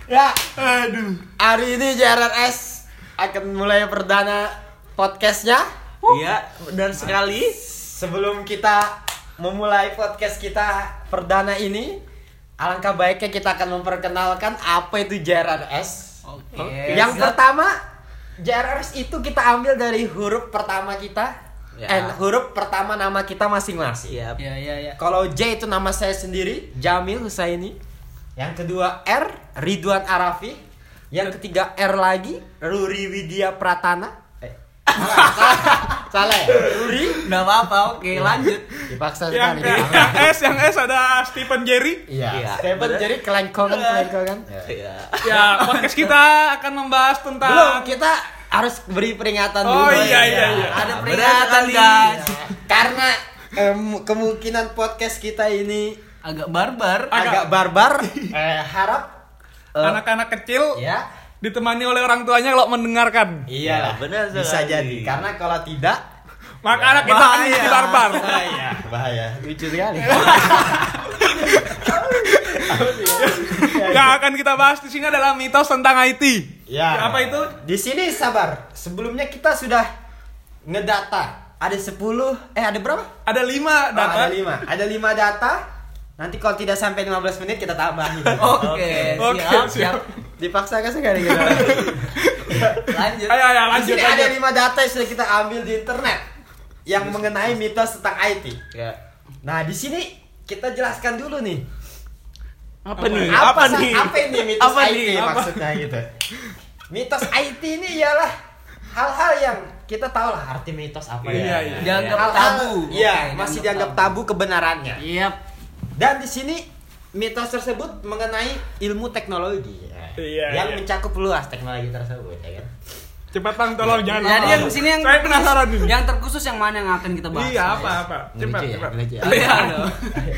Ya, aduh. Hari ini JRRS akan mulai perdana podcastnya. Iya, benar sekali. Sebelum kita memulai podcast kita perdana ini, alangkah baiknya kita akan memperkenalkan apa itu JRRS. Oke. Yang pertama, JRRS itu kita ambil dari huruf pertama kita, huruf pertama nama kita masing-masing. Iya. Kalau J itu nama saya sendiri, Jamil Husaini. Yang kedua R, Ridwan Arafi. Yang ketiga R lagi, Ruri Widya Pratana. Salah ya? Ruri? Nggak apa-apa, oke lanjut. Dipaksa Yang sekali. yang S ada Stephen Jerry. Iya. Stephen jadi kelengkongan. Iya. Ya, podcast kita akan membahas tentang Belum, kita harus beri peringatan dulu. Oh iya. Ada Berat peringatan kali. guys. Karena kemungkinan podcast kita ini Agak barbar. agak barbar. Harap anak-anak kecil ya. ditemani oleh orang tuanya kalau mendengarkan. Iya, benar bisa sekali. jadi. Karena kalau tidak, Maka anak kita akan menjadi barbar. bahaya. Lucu sekali. Yang akan kita bahas di sini adalah mitos tentang IT. Ya. Apa itu? Di sini sabar. Sebelumnya kita sudah ngedata. Ada 10, ada berapa? Ada 5 data. Ada 5. Ada 5 data. Nanti kalau tidak sampai 15 menit kita tambahin. Oke, siap. Dipaksakan sekali kita. Lanjut. Ayo Di lanjut. sini ada 5 data yang sudah kita ambil di internet yang mengenai mitos tentang IT. Ya. Nah, di sini kita jelaskan dulu nih. Apa nih? Apa ini mitos Apa IT nih? maksudnya gitu. Mitos IT ini ialah hal-hal yang kita tahu lah arti mitos apa ya. Iya. Dianggap Hal-hal- tabu. Iya, Oke, masih dianggap tabu kebenarannya. Iya. Dan di sini mitos tersebut mengenai ilmu teknologi. Iya, Yang iya. mencakup luas teknologi tersebut, ya kan? Cepat Bang, tolong jangan. Jadi lama. yang sini yang saya penasaran nih. Yang terkhusus yang mana yang akan kita bahas? Iya, apa? Cepat. Lucu ya? Iya dong.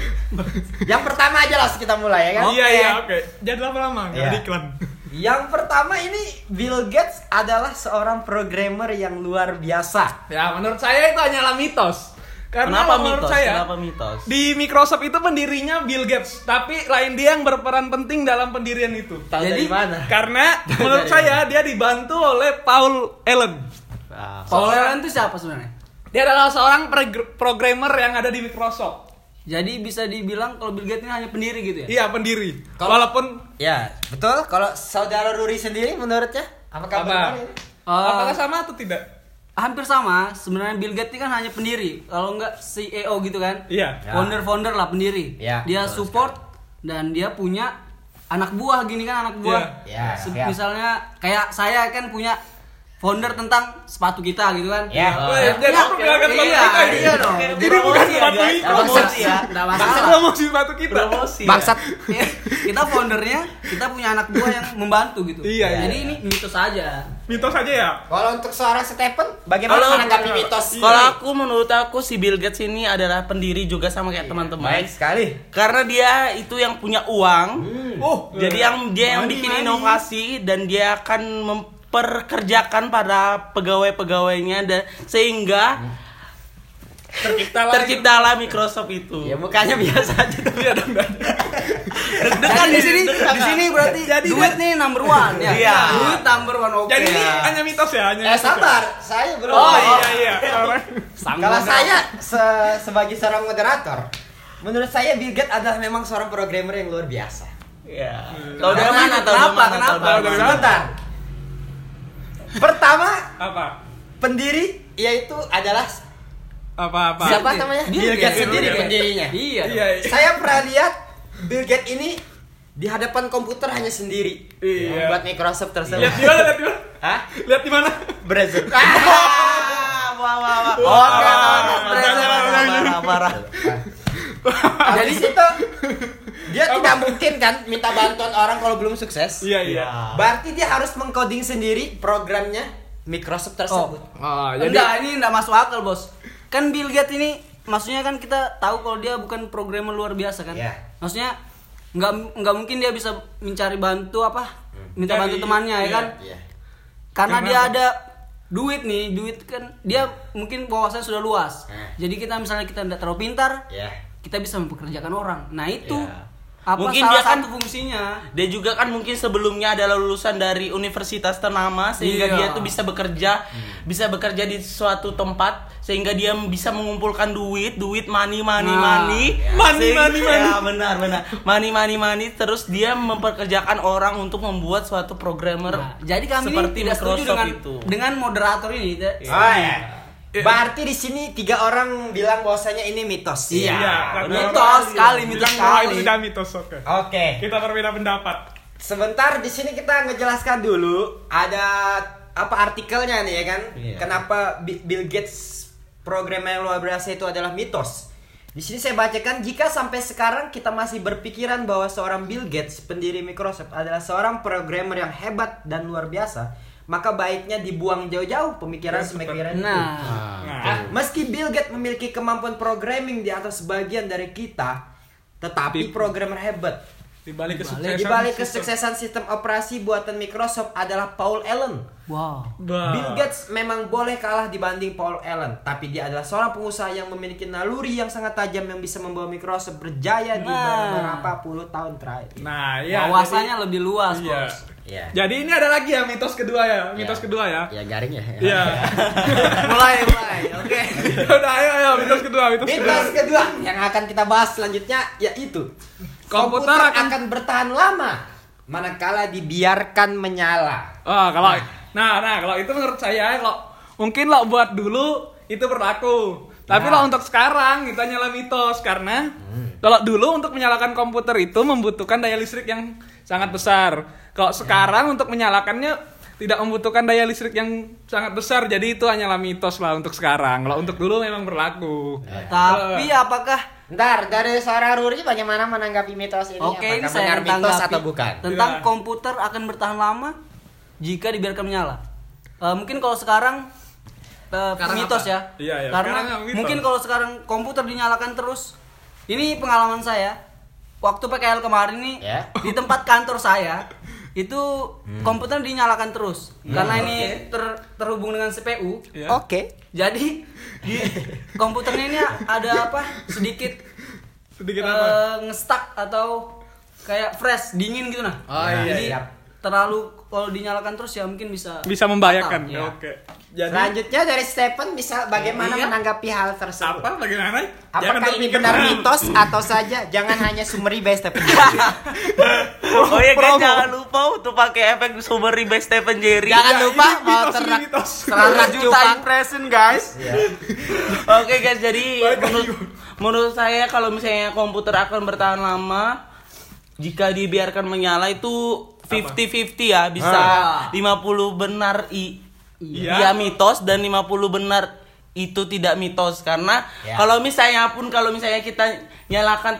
Yang pertama aja langsung kita mulai ya kan? Iya, oke. Jangan lama-lama, enggak Iya. ada iklan. Yang pertama ini Bill Gates adalah seorang programmer yang luar biasa. Ya, menurut saya itu hanyalah mitos. Karena Kenapa menurut mitos? saya Kenapa mitos? di Microsoft itu pendirinya Bill Gates, tapi lain dia yang berperan penting dalam pendirian itu. Tahu Jadi, dari mana? Karena menurut saya dia dibantu oleh Paul Allen. Paul Allen itu siapa sebenarnya? Dia adalah seorang programmer yang ada di Microsoft. Jadi bisa dibilang kalau Bill Gates ini hanya pendiri gitu ya? Iya, pendiri. Kalau- Walaupun Ya, betul. Kalau saudara Ruri sendiri menurutnya apakah apa? benar ini? Apakah sama atau tidak? Hampir sama. Sebenarnya Bill Gates ini kan hanya pendiri. Kalau enggak CEO gitu kan? Iya. Ya. Founder lah pendiri. Ya, Dia betul support dan dia punya anak buah gini kan anak buah. Iya. Ya, siap. Misalnya kayak saya kan punya founder tentang sepatu kita gitu kan. Ya. Jadi Ya, perkenalkan sepatu iya, kita ini. iya dong. Ini bukan sepatu Nggak itu. masalah ya. Nggak masalah. Promosi sepatu kita. Bangsat. Kita foundernya, kita punya anak buah yang membantu gitu. Iya, Jadi ini mitos aja. Mitos aja ya. Kalau untuk seorang Stephen, bagaimana Kalau- menanggapi mitos? Kalau menurut aku si Bill Gates ini adalah pendiri juga sama kayak teman-teman. Baik sekali. Karena dia itu yang punya uang. Jadi dia yang bikin money. inovasi dan dia akan memperkerjakan para pegawai-pegawainya dan sehingga terciptalah Microsoft itu. Ya mukanya biasa aja. Deg-degan di sini berarti duit nih number one ya. Iya. Duit number one oke. Jadi ini hanya mitos ya, hanya mitos ya? Sabar, saya belum. Oh iya. Kalau saya sebagai seorang moderator, menurut saya Bill Gates adalah memang seorang programmer yang luar biasa. Iya. Tahu dari Kenapa? mana? Tahu dari mana? Kenapa? Tahu dari mana? Sebentar. Pertama, Apa? pendiri yaitu adalah Apa? siapa namanya? Bill Gates sendiri Gates. pendirinya. Iya. Iya. Saya pernah lihat Bill Gates ini di hadapan komputer hanya sendiri. Iya. Membuat Microsoft tersebut. Lihat di mana? Hah? Lihat di mana? Brazil. Wah. Parah. Jadi situ dia tidak mungkin kan minta bantuan orang kalau belum sukses. Iya. Berarti dia harus mengcoding sendiri programnya Microsoft tersebut. Oh, Enggak, ini enggak masuk akal, Bos. Kan Bill Gates ini maksudnya kan kita tahu kalau dia bukan programmer luar biasa kan. Iya. Maksudnya nggak mungkin dia bisa mencari bantu minta bantu Dari- temannya ya kan. Iya. Karena Karena dia apa? ada duit kan dia mungkin wawasannya sudah luas. Nah. Jadi kita misalnya kita tidak terlalu pintar, Iya. kita bisa mempekerjakan orang. Nah itu Iya. Apa Mungkin salah dia kan satu fungsinya? Dia juga kan mungkin sebelumnya adalah lulusan dari universitas ternama sehingga Iya. dia tuh bisa bekerja di suatu tempat sehingga dia bisa mengumpulkan duit money. Ya benar. Money terus dia memperkerjakan orang untuk membuat suatu programmer. Nah, jadi kami seperti tidak setuju Microsoft dengan moderator ini. Oh ya. Berarti di sini 3 orang bilang bahwasanya ini mitos. Iya, Mitos sekali, mitos Bilang bahwa itu sekali. sudah mitos, oke. Oke. Kita berbeda pendapat. Sebentar di sini kita ngejelaskan dulu ada apa artikelnya nih ya kan? Iya. Kenapa Bill Gates program yang luar biasa itu adalah mitos. Di sini saya bacakan, jika sampai sekarang kita masih berpikiran bahwa seorang Bill Gates, pendiri Microsoft, adalah seorang programmer yang hebat dan luar biasa, maka baiknya dibuang jauh-jauh pemikiran semikiran itu. Nah, Meski Bill Gates memiliki kemampuan programming di atas sebagian dari kita, tetapi programmer hebat Di balik di balik kesuksesan sistem operasi buatan Microsoft adalah Paul Allen. wow. Bill Gates memang boleh kalah dibanding Paul Allen, tapi dia adalah seorang pengusaha yang memiliki naluri yang sangat tajam yang bisa membawa Microsoft berjaya di beberapa puluh tahun terakhir. Nah, ya. Wawasannya lebih luas, Iya. Bos. Ya. Jadi ini ada lagi ya mitos kedua ya. Mitos kedua ya. Ya garing ya. Iya. mulai. Oke. Udah ayo mitos kedua. Mitos kedua yang akan kita bahas selanjutnya yaitu komputer akan bertahan lama manakala dibiarkan menyala. Kalau kalau itu menurut saya mungkin buat dulu itu berlaku. Tapi untuk sekarang itu hanyalah mitos karena kalau dulu untuk menyalakan komputer itu membutuhkan daya listrik yang sangat besar. Kalau sekarang untuk menyalakannya tidak membutuhkan daya listrik yang sangat besar. Jadi itu hanyalah mitos lah untuk sekarang. Kalau untuk dulu memang berlaku. Tapi apakah Ntar dari seorang Ruri bagaimana menanggapi mitos ini? Oke, ini Apakah saya benar akan mitos tanggapi atau bukan? tentang Iya. komputer akan bertahan lama jika dibiarkan menyala. Mungkin kalau sekarang mitos apa? ya. Iya, iya. Karena Sekarang mitos. mungkin kalau sekarang komputer dinyalakan terus. Ini pengalaman saya. Waktu PKL kemarin nih Ya. di tempat kantor saya itu komputer dinyalakan terus karena ini terhubung dengan CPU. Ya. Oke. Jadi di komputernya ini ada apa? Sedikit nge-stuck atau kayak fresh, dingin gitu nah. Oh, iya, Jadi iya. terlalu kalau dinyalakan terus ya mungkin bisa membahayakan. fatal. Oke. Jadi Selanjutnya dari Stephen bisa bagaimana Iya. menanggapi hal tersebut? apa bagaimana? Apakah ini benar mitos atau saja? Jangan hanya summary by Stephen. Oh iya guys, jangan lupa untuk pakai efek summary by Stephen Jerry. Jangan lupa ini mau mitos, ini mitos. 100 juta impression guys. Oke guys, jadi menurut saya kalau misalnya komputer akan bertahan lama jika dibiarkan menyala itu 50-50 ya, bisa 50 benar iya mitos dan 50 benar itu tidak mitos karena kalau misalnya kita nyalakan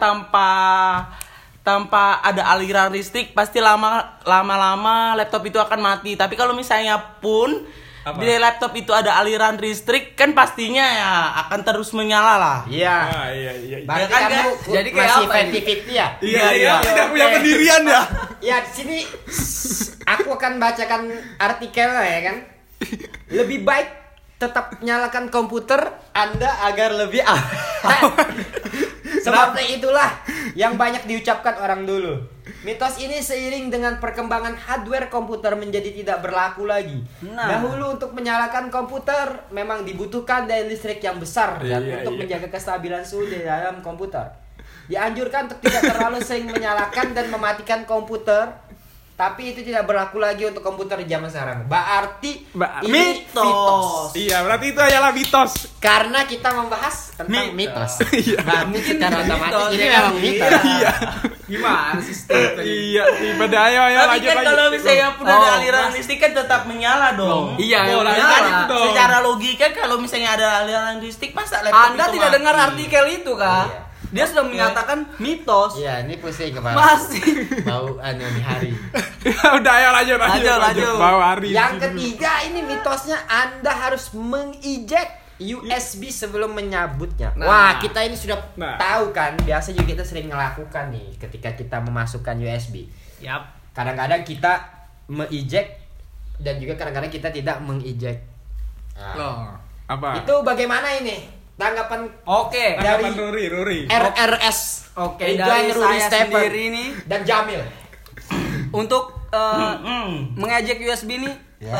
tanpa ada aliran listrik pasti lama-lama laptop itu akan mati. Tapi kalau misalnya pun di laptop itu ada aliran listrik kan pastinya ya akan terus menyala lah. Iya. Iya. Berarti kan, kamu Jadi kayak masih apa ini? 50-50 ya? Iya. Tidak punya pendirian ya. Ya di sini aku akan bacakan artikelnya ya kan. Lebih baik tetap nyalakan komputer Anda agar lebih aman. Sebabnya itulah yang banyak diucapkan orang dulu. Mitos ini seiring dengan perkembangan hardware komputer menjadi tidak berlaku lagi. Dahulu untuk menyalakan komputer memang dibutuhkan daya listrik yang besar dan untuk menjaga kestabilan suhu di dalam komputer. Dianjurkan untuk tidak terlalu sering menyalakan dan mematikan komputer. Tapi itu tidak berlaku lagi untuk komputer di zaman sekarang. Berarti ini mitos. Iya, berarti itu adalah mitos. Karena kita membahas tentang mitos. mungkin Secara otomatis mitos. ini memang mitos. Iya. Gimana sih Stephen? Iya, pada ayo Tapi kan kalau misalnya pun ada aliran listrik kan tetap menyala dong. Iya, Bola menyala. kan itu dong. Secara logika kalau misalnya ada aliran listrik masa laptop Anda itu tidak mati? dengar artikel itu kah? Iya. Dia sudah menyatakan mitos. Iya, ini pusing kepala. Masih. Bau di hari. Udah ayo lanjut. Lanjut. Bawa hari. Yang ketiga ini mitosnya Anda harus mengeject USB sebelum menyabutnya. Wah, kita ini sudah tahu kan. Biasa juga kita sering melakukan nih ketika kita memasukkan USB. Yap. Kadang-kadang kita mengeject dan juga kadang-kadang kita tidak mengeject. Loh, apa? Itu bagaimana ini? tanggapan Oke. dari Tanggapan Ruri. RRS. Oke, Ridwan, dari Ruri, saya Stephen, sendiri nih dan Jamil. untuk mengejek USB ini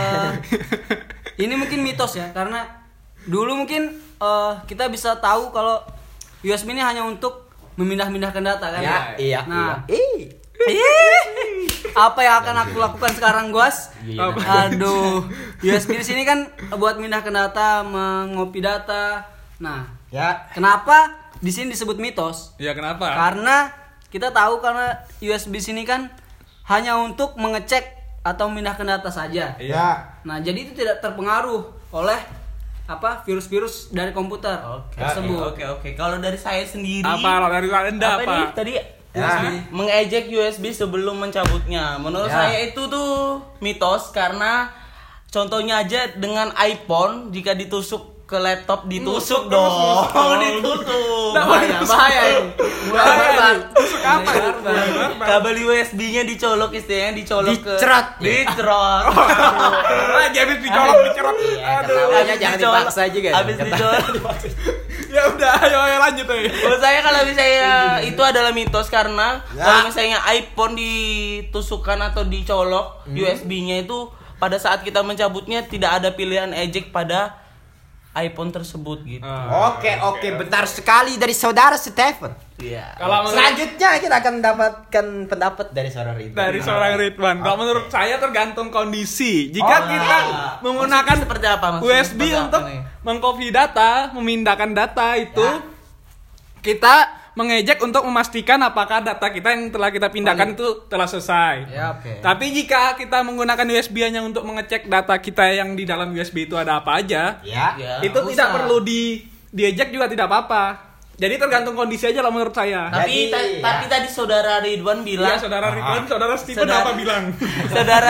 ini mungkin mitos ya, karena dulu mungkin kita bisa tahu kalau USB ini hanya untuk memindah-mindahkan data kan. Iya. Nah, Iya. apa yang akan aku lakukan sekarang, Guys? Iya. Aduh, USB di sini kan buat mindahkan data, mengopi data. Nah, Ya. kenapa di sini disebut mitos? Ya kenapa? Karena kita tahu karena USB sini kan hanya untuk mengecek atau memindahkan data saja. Ya. Nah, jadi itu tidak terpengaruh oleh virus-virus dari komputer tersebut. Oke. Kalau dari saya sendiri Apa dari Anda apa apa? ini tadi Ya. mengejek USB sebelum mencabutnya. Menurut Ya. saya itu tuh mitos karena contohnya aja dengan iPhone jika ditusuk ke laptop ditusuk dong. Ditusuk. Bahaya ini. Tusuk apa? Kabel USB-nya dicolok istilahnya Dicerot. Dicerot. Lagi habis dicolok. Iya, ketawanya jangan dipaksa juga. Habis dicolok. Ya udah, ayo lanjut aja. Menurut saya kalau misalnya itu adalah mitos karena Ya. kalau misalnya iPhone ditusukkan atau dicolok USB-nya itu pada saat kita mencabutnya tidak ada pilihan eject pada iPhone tersebut gitu. Oke, benar sekali dari saudara Stephen. Iya. Kalau menurut Selanjutnya kita akan mendapatkan pendapat dari saudara Ridwan. dari seorang Ridwan. Kalau menurut saya tergantung kondisi. Jika kita menggunakan Maksudnya seperti apa, maksudnya USB seperti apa untuk nih? mengcopy data, memindahkan data itu Ya. kita mengejek untuk memastikan apakah data kita yang telah kita pindahkan itu telah selesai. Ya, oke. Tapi jika kita menggunakan USB hanya untuk mengecek data kita yang di dalam USB itu ada apa aja, Ya. Ya. itu usah. tidak perlu diejek juga tidak apa-apa. Jadi tergantung kondisi aja lah menurut saya. Tapi Jadi, tapi tadi saudara Ridwan Iya, bilang saudara Ridwan, saudara Stephen Saudara- apa bilang? saudara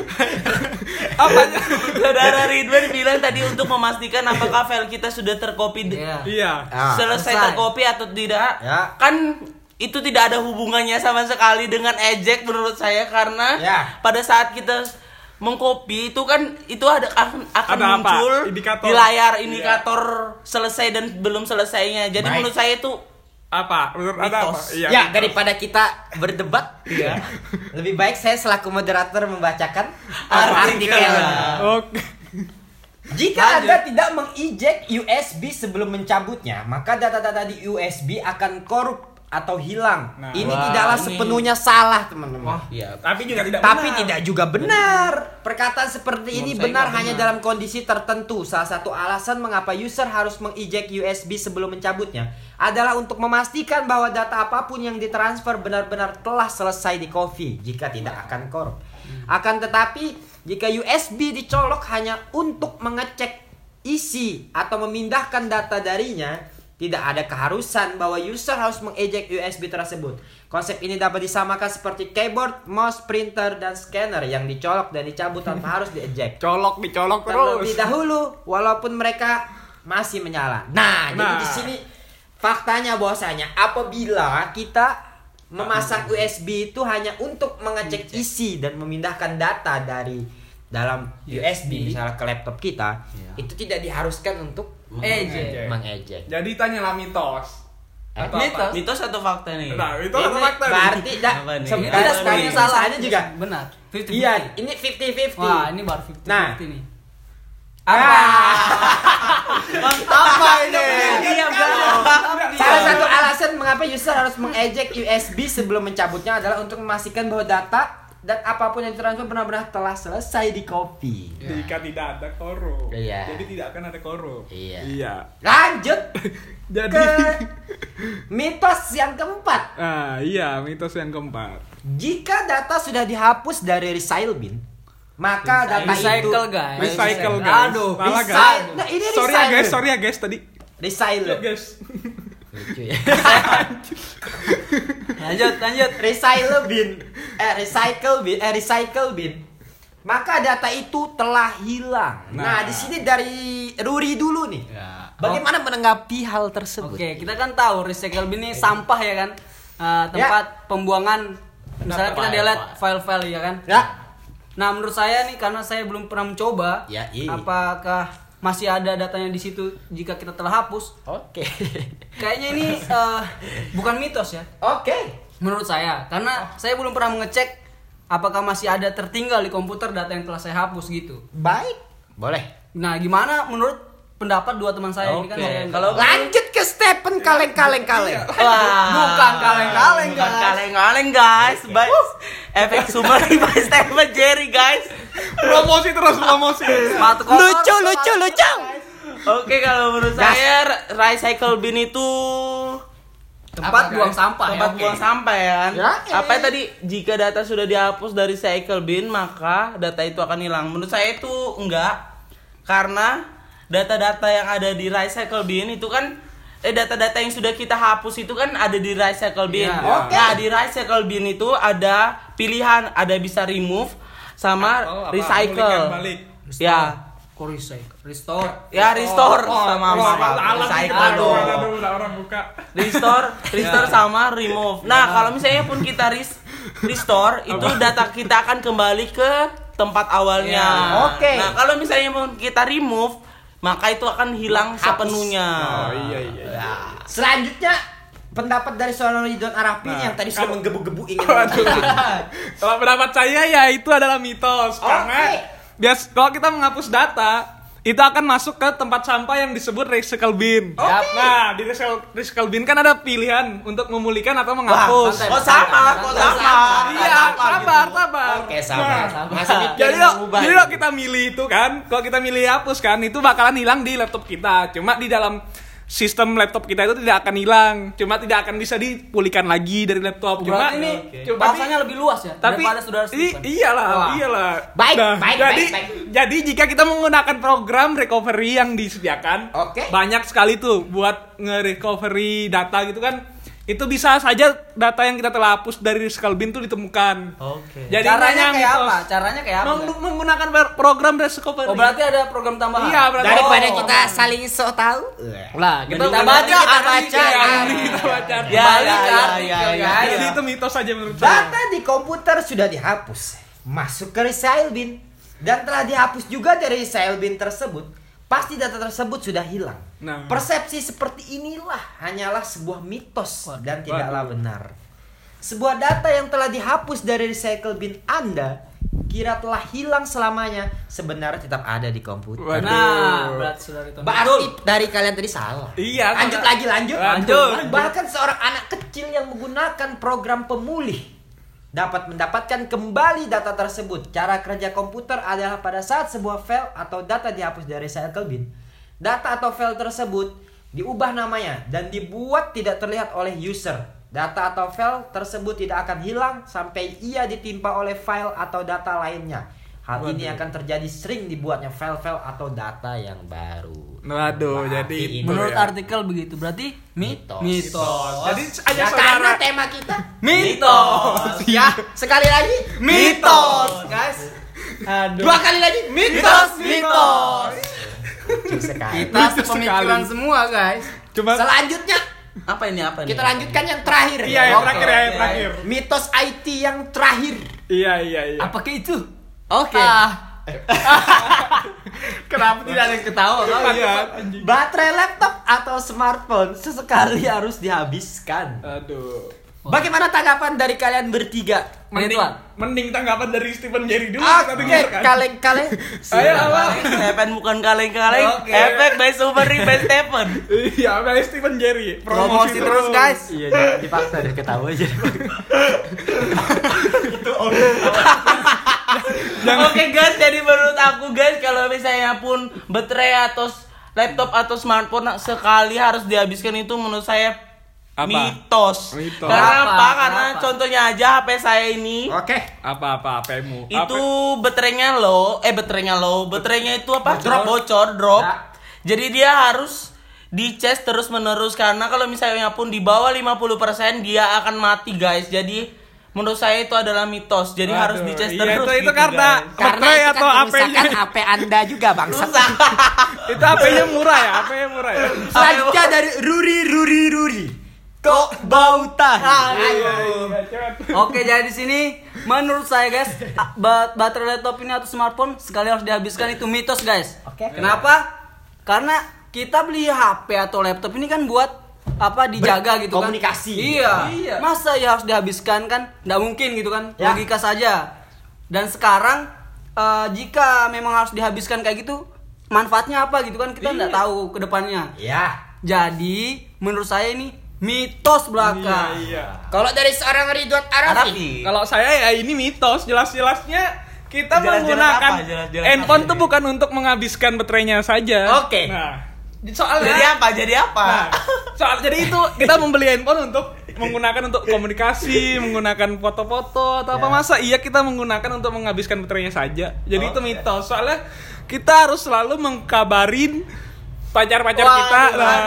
Apanya? saudara Ridwan bilang tadi untuk memastikan apakah file kita sudah tercopy Iya. Iya. selesai Selesai. tercopy atau tidak. Ya. Kan itu tidak ada hubungannya sama sekali dengan eject menurut saya karena Ya. pada saat kita mengcopy itu kan itu akan Ada apa? muncul Indikator. di layar indikator selesai dan belum selesainya. Jadi Baik. menurut saya itu Apa? Menurut Anda apa? Mitos. Iya. Ya, mitos. daripada kita berdebat, ya. Lebih baik saya selaku moderator membacakan artikel. Oke. Jika Anda tidak mengeject USB sebelum mencabutnya, maka data-data di USB akan korup atau hilang. Nah, Ini wah, tidaklah ini. sepenuhnya salah, teman-teman. ya Tapi juga tidak Tapi benar. tidak juga benar. Perkataan seperti ini Menurut saya benar nggak hanya benar. dalam kondisi tertentu. Salah satu alasan mengapa user harus mengeject USB sebelum mencabutnya adalah untuk memastikan bahwa data apapun yang ditransfer benar-benar telah selesai di copy. Jika tidak akan korup. Akan tetapi jika USB dicolok hanya untuk mengecek isi atau memindahkan data darinya, tidak ada keharusan bahwa user harus mengeject USB tersebut. Konsep ini dapat disamakan seperti keyboard, mouse, printer, dan scanner yang dicolok dan dicabut tanpa harus dieject. Dicolok Terlebih terus. dahulu, walaupun mereka masih menyala. Nah, jadi Nah. di sini faktanya bahwasanya apabila kita memasang USB itu hanya untuk mengecek isi dan memindahkan data dari dalam USB misalnya ke laptop kita, itu tidak diharuskan untuk Ejek. mengejek. Jadi tanyalah mitos. Atau Mitos. apa? mitos atau fakta nih? Nah, itu atau fakta nih? Berarti Apa nih? Ini Apa tidak nih? semuanya salah. Misalnya juga. Benar. 50-50. Iya, ini 50-50. Wah, ini baru 50-50 Nah. nih. Apa ini? Diam dong. Salah satu alasan mengapa user harus mengeject USB sebelum mencabutnya adalah untuk memastikan bahwa data dan apapun yang ditransfer benar-benar telah selesai di copy. Jika tidak ada korup. Iya. Jadi tidak akan ada korup. Iya. Lanjut Jadi ke mitos yang keempat. iya, mitos yang keempat. Jika data sudah dihapus dari recycle bin, maka data itu Recycle, guys. Recycle, guys. Aduh, Salah, recycle. guys. Nah, ini Sorry ya, recycle. guys tadi. Recycle. Guys. Lucu ya. Lanjut. Recycle bin. Maka data itu telah hilang. Nah, di sini dari Ruri dulu nih. Bagaimana menanggapi hal tersebut? Oke, kita kan tahu recycle bin ini sampah ya kan. Tempat pembuangan misalnya kita delete file-file ya kan. Ya. Nah, menurut saya nih karena saya belum pernah mencoba, Ya, iya. apakah masih ada datanya di situ jika kita telah hapus? Oke. Kayaknya ini bukan mitos ya. Oke. Menurut saya, karena saya belum pernah mengecek apakah masih ada tertinggal di komputer data yang telah saya hapus gitu. Baik. Boleh. Nah, gimana menurut pendapat dua teman saya ini kan? Kalau Lanjut ke Stephen kaleng. wah, Bukan kaleng-kaleng, bukan guys. kaleng-kaleng guys. Efek summary by Stephen Jerry guys. Promosi terus promosi. Sepatu kotor, Lucu. Oke, kalau menurut saya recycle bin itu tempat Apa, buang guys? sampah tempat ya. buang sampah ya kan. Ya, Apa tadi, jika data sudah dihapus dari recycle bin maka data itu akan hilang. Menurut saya itu enggak, karena data-data yang ada di recycle bin itu kan data-data yang sudah kita hapus itu kan ada di recycle bin. Ya. Oke. Nah, di recycle bin itu ada pilihan, ada bisa remove sama recycle. Memulihkan balik. Ya. Kok restore? Ya restore sama Alat recycle kita dong. aduh, orang buka. Restore sama remove. Nah, kalau misalnya pun kita restore itu data kita akan kembali ke tempat awalnya. Ya, oke. Nah, kalau misalnya pun kita remove, maka itu akan hilang Hapus. sepenuhnya. Oh iya. Selanjutnya pendapat dari seorang Ridwan Arafin Nah, yang tadi sudah kalau- menggebu-gebu ingin Waduh. Kalau pendapat saya ya itu adalah mitos karena kalau kita menghapus data itu akan masuk ke tempat sampah yang disebut recycle bin. Nah, di recycle bin kan ada pilihan untuk memulihkan atau menghapus. santai. Oh sama. Iya, sabar. Oke, sabar. Nah, Masih mikir jadi mengubah. kalau kita milih itu kan, kalau kita milih hapus kan, itu bakalan hilang di laptop kita. Cuma di dalam sistem laptop kita itu tidak akan hilang, cuma tidak akan bisa dipulihkan lagi dari laptop. Cuma Berarti ini cuma- bahasanya lebih luas ya tapi daripada saudara Stephen. iyalah. Baik, baik. Jadi jika kita menggunakan program recovery yang disediakan, Oke. banyak sekali tuh buat nge-recovery data gitu kan. Itu bisa saja data yang kita telah hapus dari recycle bin itu ditemukan. Oke. Jadi Caranya namanya kayak mitos. apa? Caranya kayak apa? Menggunakan program recovery. Oh, berarti ada program tambahan. Iya, berarti. Daripada Oh. kita saling sok tahu. Lah, Kita kita baca, baca kita artikel, baca. guys. Kita baca. Ya, Balik ya, ke ya, artikel, ya, ya. guys. Jadi itu mitos saja menurut saya. Data di komputer sudah dihapus, masuk ke recycle bin, dan telah dihapus juga dari recycle bin tersebut. Pasti data tersebut sudah hilang. Nah. Persepsi seperti inilah hanyalah sebuah mitos dan tidaklah benar. Sebuah data yang telah dihapus dari recycle bin Anda kira telah hilang selamanya, sebenarnya tetap ada di komputer. Waduh. Nah, berarti saudara itu. Berarti dari kalian tadi salah. Iya, Lanjut karena- lanjut. Lanjut. Bahkan seorang anak kecil yang menggunakan program pemulih dapat mendapatkan kembali data tersebut. Cara kerja komputer adalah pada saat sebuah file atau data dihapus dari recycle bin, data atau file tersebut diubah namanya dan dibuat tidak terlihat oleh user. Data atau file tersebut tidak akan hilang sampai ia ditimpa oleh file atau data lainnya. Hal ini akan terjadi sering dibuatnya file-file atau data yang baru. Waduh, jadi Berarti itu Menurut ya. artikel begitu. Berarti Mitos. mitos. Jadi aja Ya, saudara. karena tema kita Mitos. ya, sekali lagi Mitos, guys. dua kali lagi mitos. Lucu sekali. Kita sepemikiran semua, guys. Cuma Selanjutnya Apa ini? kita lanjutkan yang terakhir. iya yang Oke. terakhir ya, yang terakhir. Mitos IT yang terakhir. Iya. Apakah itu? Oke. Kenapa tidak ada yang ketawa? Iya. Baterai laptop atau smartphone sesekali harus dihabiskan. Aduh. Bagaimana tanggapan dari kalian bertiga? Mending tanggapan dari Stephen Jerry dulu kita Oke, dengarkan. kaleng-kaleng. Ayo apa? Stephen bukan kaleng-kaleng. Oke. Efek by summary by Stephen. Iya, dari Stephen Jerry. Promosi terus, guys. Iya, jangan dipaksa deh ketawa aja. Oke guys, jadi menurut aku guys, kalau misalnya pun baterai atau laptop atau smartphone sekali harus dihabiskan itu menurut saya Apa? mitos. Mitos. Karena Kenapa? apa? Karena Kenapa? contohnya aja HP saya ini Oke. Apa HPmu? itu baterainya low, baterainya itu apa? Bocor, drop. Ya. Jadi dia harus dicas terus menerus karena kalau misalnya pun di bawah 50% dia akan mati guys. Jadi menurut saya itu adalah mitos. Jadi harus dicas terus. Itu gitu, karena guys. Karena baterai itu atau kan HP-nya. kerusakan HP Anda juga, bangsat. Itu HP-nya murah ya, HP-nya murah ya. Selanjutnya dari Ruri. Kok bau tahi? Oke, jadi di sini menurut saya guys, baterai laptop ini atau smartphone sekali harus dihabiskan itu mitos guys. Oke. Kenapa? Karena kita beli HP atau laptop ini kan buat apa dijaga gitu kan. Komunikasi. Iya. Masa ya harus dihabiskan kan? Nggak mungkin gitu kan. Ya. Logika saja. Dan sekarang jika memang harus dihabiskan kayak gitu, manfaatnya apa gitu kan kita nggak tahu ke depannya. Ya. Jadi menurut saya ini mitos belaka. Iya. Kalau dari seorang Ridwan Arafi, Kalau saya ya ini mitos, jelas-jelasnya kita Jelas-jelas menggunakan apa? Jelas-jelas handphone apa tuh ini? bukan untuk menghabiskan baterainya saja. Oke. Nah, soalnya Jadi apa? jadi itu kita membeli handphone untuk menggunakan untuk komunikasi, menggunakan foto-foto atau apa, masa iya kita menggunakan untuk menghabiskan baterainya saja. Jadi itu mitos. Soalnya kita harus selalu mengkabarin pacar-pacar kita.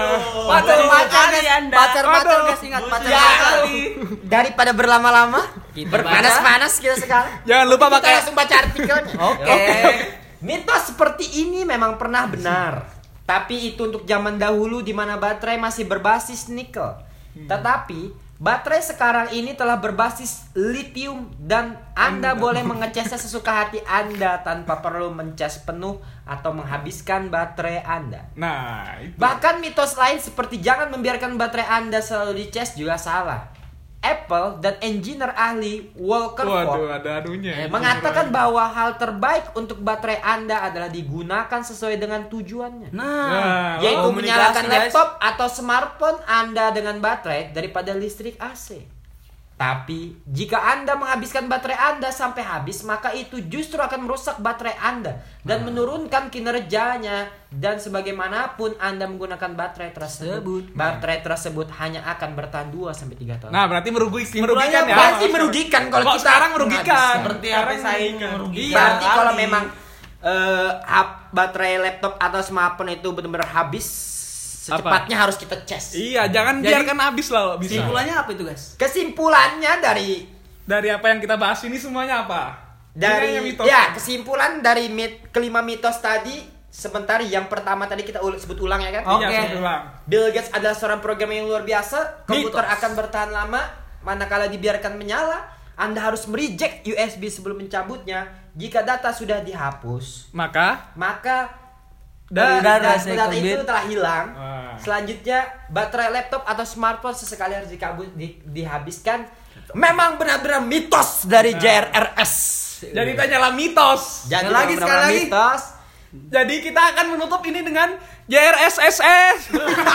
Pacar guys, ingat pacar. daripada berlama-lama, berpanas-panas kita sekarang. Jangan lupa Kita pakai langsung baca artikelnya. Oke. Mitos seperti ini memang pernah benar. Tapi itu untuk zaman dahulu di mana baterai masih berbasis nikel. Tetapi baterai sekarang ini telah berbasis lithium dan Anda boleh mengecasnya sesuka hati Anda tanpa perlu mencas penuh atau menghabiskan baterai Anda. Nah, itu. Bahkan mitos lain seperti jangan membiarkan baterai Anda selalu dicas juga salah. Apple dan engineer ahli Walker Waduh, Ford ada anunya. mengatakan bahwa hal terbaik untuk baterai Anda adalah digunakan sesuai dengan tujuannya. Nah, Yaitu komunikasi, menyalakan guys. laptop atau smartphone Anda dengan baterai daripada listrik AC. Tapi jika Anda menghabiskan baterai Anda sampai habis, maka itu justru akan merusak baterai Anda dan menurunkan kinerjanya. Dan sebagaimanapun Anda menggunakan baterai tersebut hanya akan bertahan 2-3 tahun. Nah, berarti merugikan ya. Berarti merugikan kalau kita sekarang merugikan. Seperti HP saing merugikan. Berarti kalau kali. memang baterai laptop atau smartphone itu benar-benar habis, secepatnya harus kita cas. Iya, jangan Jadi, biarkan habis lah bisa. Kesimpulannya apa itu guys? Kesimpulannya Dari apa yang kita bahas ini semuanya apa? dari Ini hanya mitos. ya kesimpulan dari kelima mitos tadi. Sebentar, yang pertama tadi kita sebut ulang ya kan? Oke. Iya, sebut ulang. Bill Gates adalah seorang programmer yang luar biasa. Komputer Mitos. akan bertahan lama manakala dibiarkan menyala. Anda harus mereject USB sebelum mencabutnya. Jika data sudah dihapus, Maka maka Data data itu telah hilang. Wah. Selanjutnya, baterai laptop atau smartphone sesekali harus dihabiskan. Memang benar-benar mitos dari JRRS. jadi tanyalah mitos. Jadi Sekali lagi. mitos. Jadi kita akan menutup ini dengan JRSSS.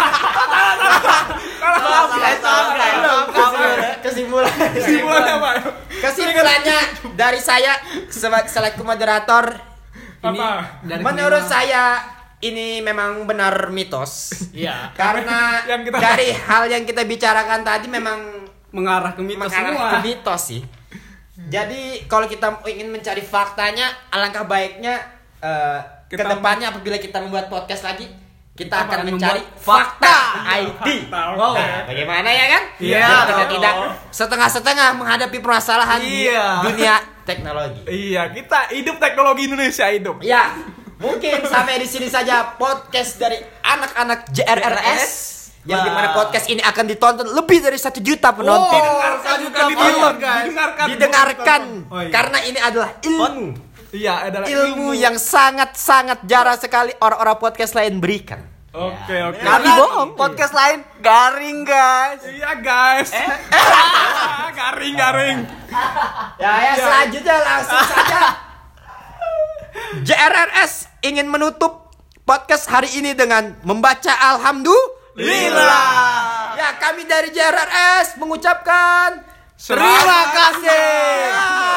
Kesimpulannya apa? Kesimpulannya dari saya selaku moderator, ini Apa? menurut saya ini memang benar mitos. Iya. Karena Yang kita- dari hal yang kita bicarakan tadi memang Mengarah ke mitos mengarah semua. ke mitos sih. Jadi kalau kita ingin mencari faktanya, alangkah baiknya Kita- kedepannya apabila kita membuat podcast lagi, kita Apa, akan membuat mencari fakta. fakta ID. Wow. Nah, bagaimana ya kan? Iya, Biar kita dong. tidak setengah-setengah menghadapi permasalahan di Iya. dunia teknologi. Iya, kita hidup teknologi Indonesia hidup. Ya, mungkin sampai di sini saja podcast dari anak-anak JRRS. Yang dimana podcast ini akan ditonton lebih dari 1 juta penonton. Didengarkan Oh, iya. karena ini adalah ilmu. Iya, adalah Ilmu yang sangat-sangat jarang sekali orang-orang podcast lain berikan. Oke. Tapi bohong, podcast lain garing guys. Iya, guys. Garing. Ya, selanjutnya langsung saja. JRRS ingin menutup podcast hari ini dengan membaca Alhamdulillah. Ya, kami dari JRRS mengucapkan Terima kasih. Ya.